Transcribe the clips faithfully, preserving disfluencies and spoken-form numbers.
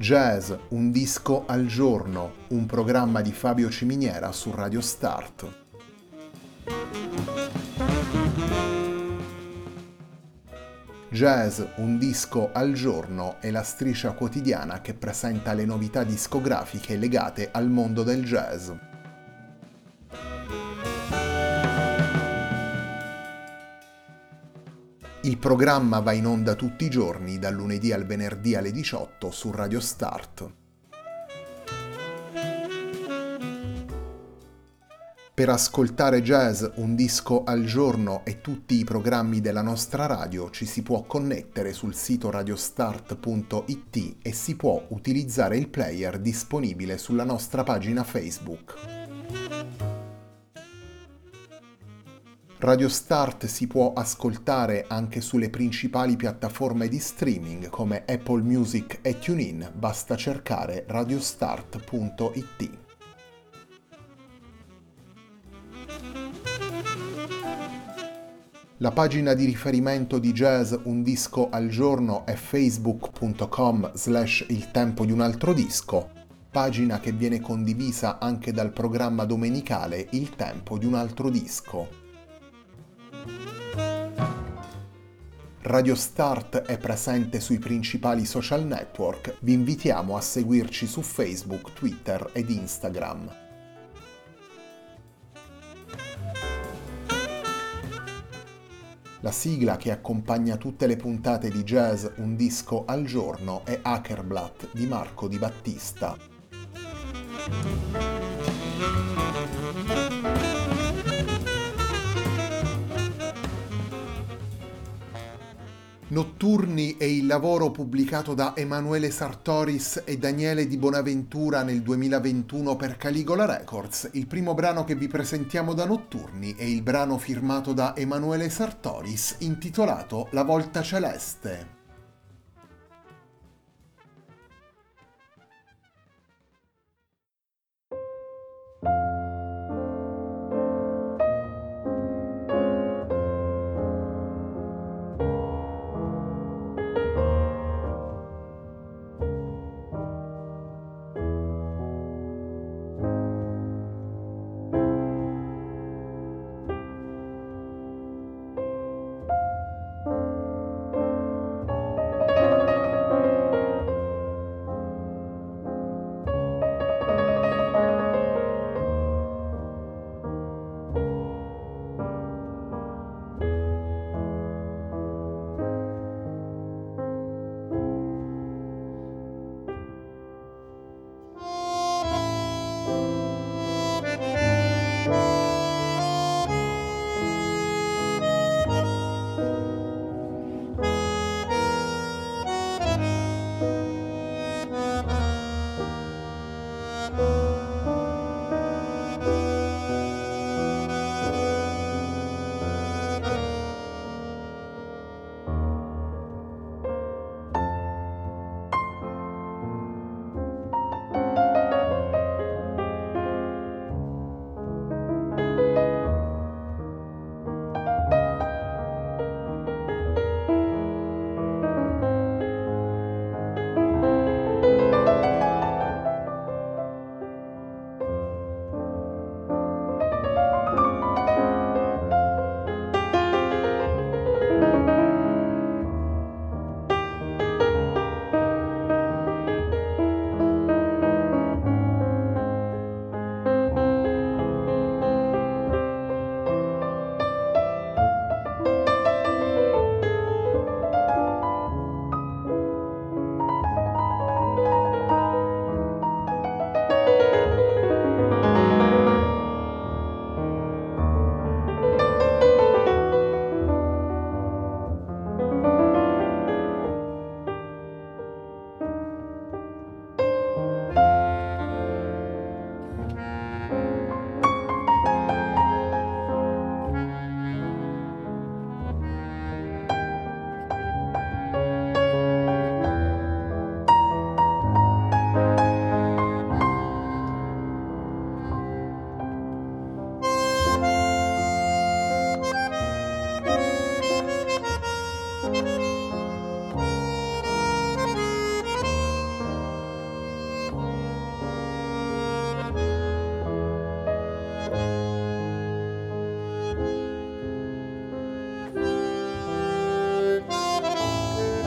Jazz, un disco al giorno, un programma di Fabio Ciminiera su Radio Start. Jazz, un disco al giorno è la striscia quotidiana che presenta le novità discografiche legate al mondo del jazz. Il programma va in onda tutti i giorni, dal lunedì al venerdì alle diciotto su Radio Start. Per ascoltare Jazz, un disco al giorno e tutti i programmi della nostra radio ci si può connettere sul sito radiostart punto it e si può utilizzare il player disponibile sulla nostra pagina Facebook. Radio Start si può ascoltare anche sulle principali piattaforme di streaming come Apple Music e TuneIn, basta cercare radiostart punto it. La pagina di riferimento di Jazz Un Disco al Giorno è facebook punto com slash il tempo di un altro disco, pagina che viene condivisa anche dal programma domenicale Il tempo di un altro disco. Radio Start è presente sui principali social network, vi invitiamo a seguirci su Facebook, Twitter ed Instagram. La sigla che accompagna tutte le puntate di Jazz Un Disco al Giorno è Hackerblatt di Marco Di Battista. Notturni è il lavoro pubblicato da Emanuele Sartoris e Daniele Di Bonaventura nel duemilaventuno per Caligola Records. Il primo brano che vi presentiamo da Notturni è il brano firmato da Emanuele Sartoris intitolato La Volta Celeste.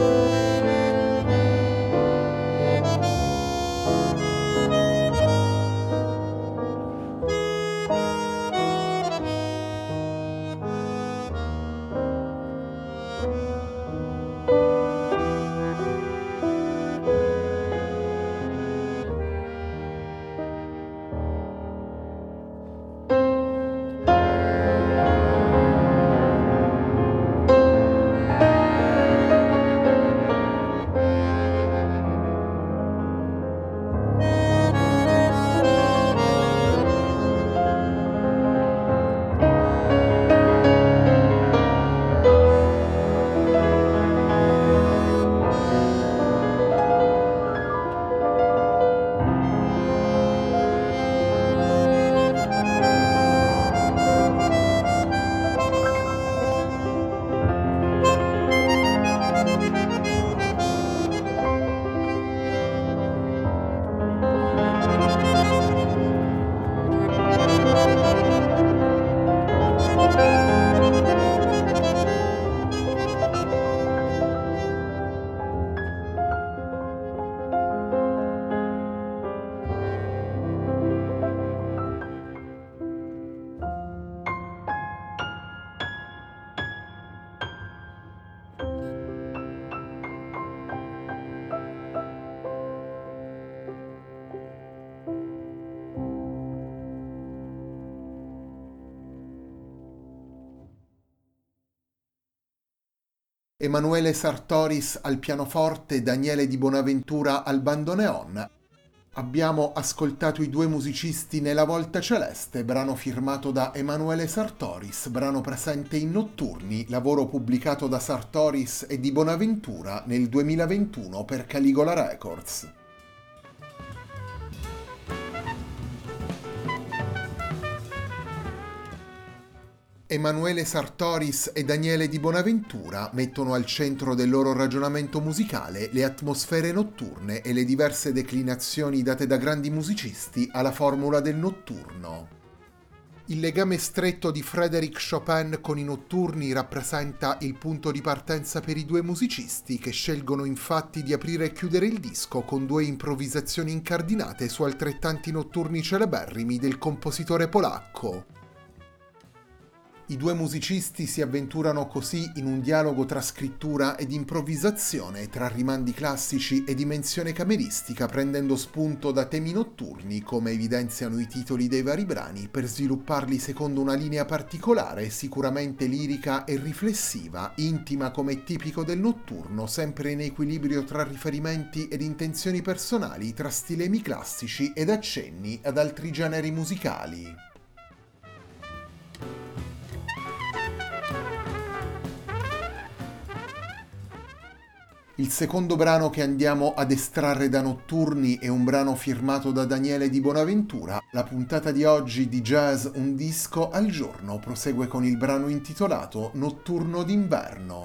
Emanuele Sartoris al pianoforte, Daniele Di Bonaventura al bandoneon. Abbiamo ascoltato i due musicisti nella Volta Celeste, brano firmato da Emanuele Sartoris, brano presente in Notturni, lavoro pubblicato da Sartoris e Di Bonaventura nel duemilaventuno per Caligola Records. Emanuele Sartoris e Daniele Di Bonaventura mettono al centro del loro ragionamento musicale le atmosfere notturne e le diverse declinazioni date da grandi musicisti alla formula del notturno. Il legame stretto di Frédéric Chopin con i notturni rappresenta il punto di partenza per i due musicisti, che scelgono infatti di aprire e chiudere il disco con due improvvisazioni incardinate su altrettanti notturni celeberrimi del compositore polacco. I due musicisti si avventurano così in un dialogo tra scrittura ed improvvisazione, tra rimandi classici e dimensione cameristica, prendendo spunto da temi notturni, come evidenziano i titoli dei vari brani, per svilupparli secondo una linea particolare, sicuramente lirica e riflessiva, intima come è tipico del notturno, sempre in equilibrio tra riferimenti ed intenzioni personali, tra stilemi classici ed accenni ad altri generi musicali. Il secondo brano che andiamo ad estrarre da Notturni è un brano firmato da Daniele Di Bonaventura. La puntata di oggi di Jazz Un Disco al Giorno prosegue con il brano intitolato Notturno d'inverno.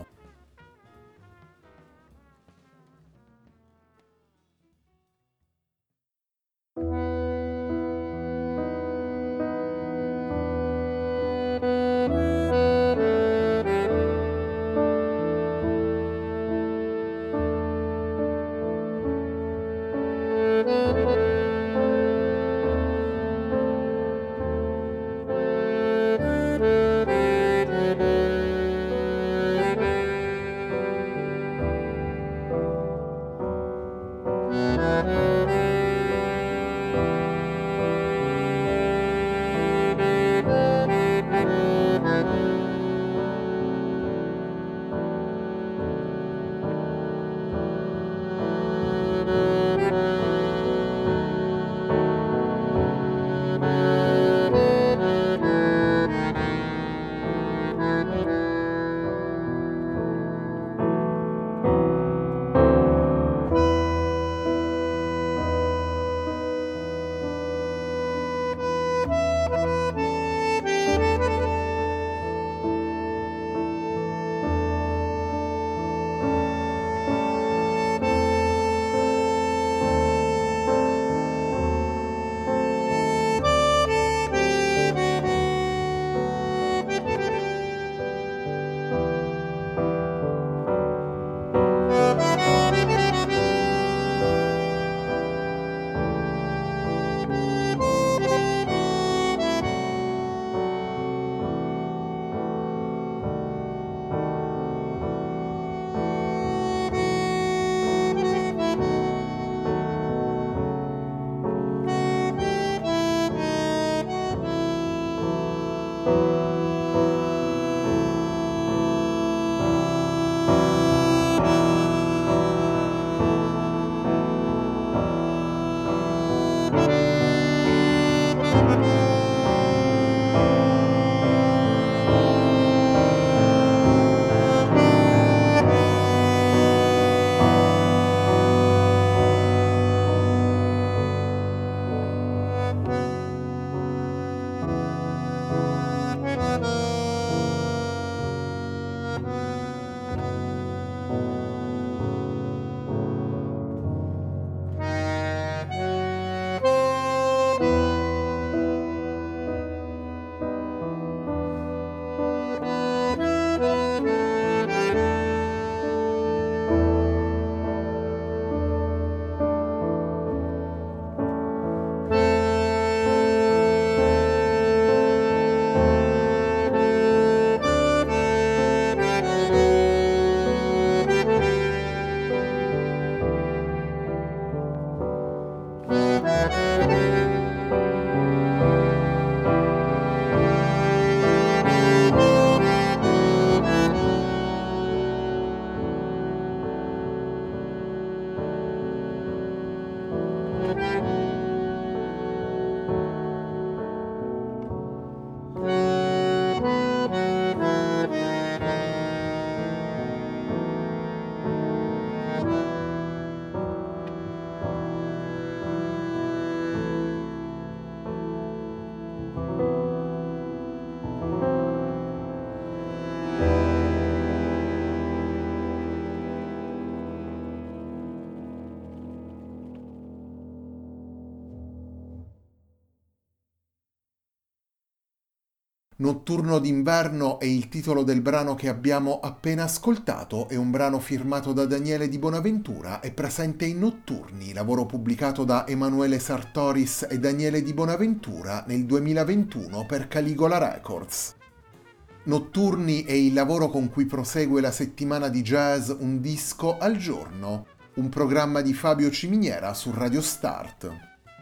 Notturno d'inverno è il titolo del brano che abbiamo appena ascoltato, è un brano firmato da Daniele Di Bonaventura e presente in Notturni, lavoro pubblicato da Emanuele Sartoris e Daniele Di Bonaventura nel duemilaventuno per Caligola Records. Notturni è il lavoro con cui prosegue la settimana di jazz Un disco al giorno, un programma di Fabio Ciminiera su Radio Start.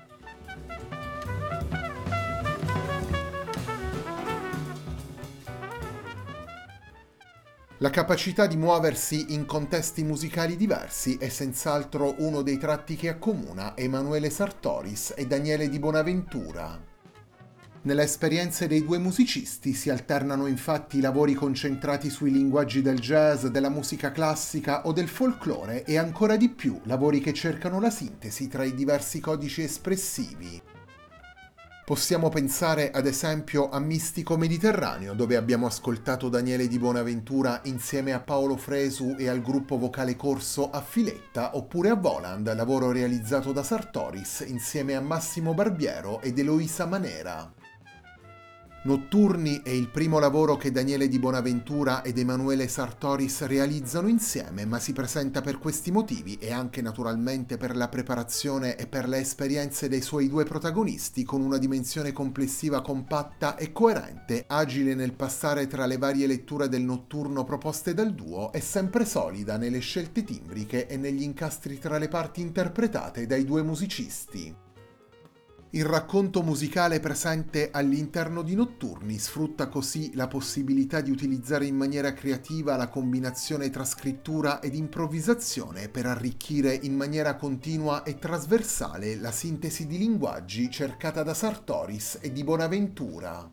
La capacità di muoversi in contesti musicali diversi è senz'altro uno dei tratti che accomuna Emanuele Sartoris e Daniele Di Bonaventura. Nelle esperienze dei due musicisti si alternano infatti lavori concentrati sui linguaggi del jazz, della musica classica o del folklore e ancora di più lavori che cercano la sintesi tra i diversi codici espressivi. Possiamo pensare ad esempio a Mistico Mediterraneo, dove abbiamo ascoltato Daniele Di Bonaventura insieme a Paolo Fresu e al gruppo vocale corso a Filetta, oppure a Voland, lavoro realizzato da Sartoris insieme a Massimo Barbiero ed Eloisa Manera. Notturni è il primo lavoro che Daniele Di Bonaventura ed Emanuele Sartoris realizzano insieme, ma si presenta per questi motivi e anche naturalmente per la preparazione e per le esperienze dei suoi due protagonisti con una dimensione complessiva compatta e coerente, agile nel passare tra le varie letture del notturno proposte dal duo e sempre solida nelle scelte timbriche e negli incastri tra le parti interpretate dai due musicisti. Il racconto musicale presente all'interno di Notturni sfrutta così la possibilità di utilizzare in maniera creativa la combinazione tra scrittura ed improvvisazione per arricchire in maniera continua e trasversale la sintesi di linguaggi cercata da Sartoris e Di Bonaventura.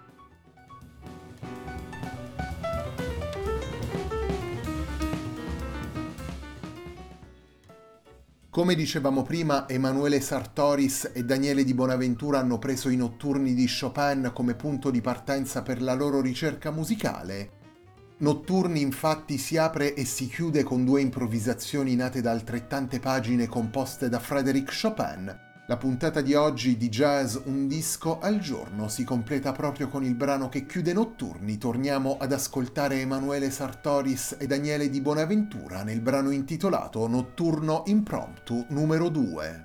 Come dicevamo prima, Emanuele Sartoris e Daniele Di Bonaventura hanno preso i Notturni di Chopin come punto di partenza per la loro ricerca musicale. Notturni infatti si apre e si chiude con due improvvisazioni nate da altrettante pagine composte da Frédéric Chopin. La puntata di oggi di Jazz Un disco al giorno si completa proprio con il brano che chiude Notturni. Torniamo ad ascoltare Emanuele Sartoris e Daniele Di Bonaventura nel brano intitolato Notturno Impromptu numero due.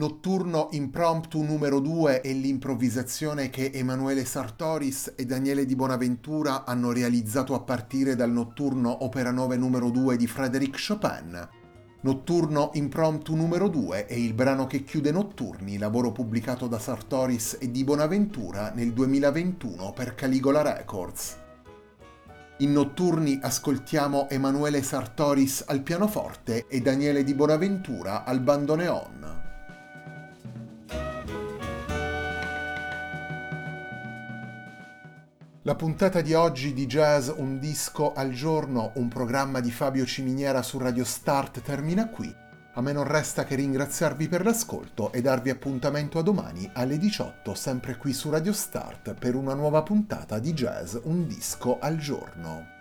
Notturno Impromptu numero due è l'improvvisazione che Emanuele Sartoris e Daniele Di Bonaventura hanno realizzato a partire dal Notturno Opera nove numero due di Frédéric Chopin. Notturno Impromptu numero due è il brano che chiude Notturni, lavoro pubblicato da Sartoris e Di Bonaventura nel duemilaventuno per Caligola Records. In Notturni ascoltiamo Emanuele Sartoris al pianoforte e Daniele Di Bonaventura al bandoneon. La puntata di oggi di Jazz Un Disco al Giorno, un programma di Fabio Ciminiera su Radio Start, termina qui. A me non resta che ringraziarvi per l'ascolto e darvi appuntamento a domani alle diciotto, sempre qui su Radio Start, per una nuova puntata di Jazz Un Disco al Giorno.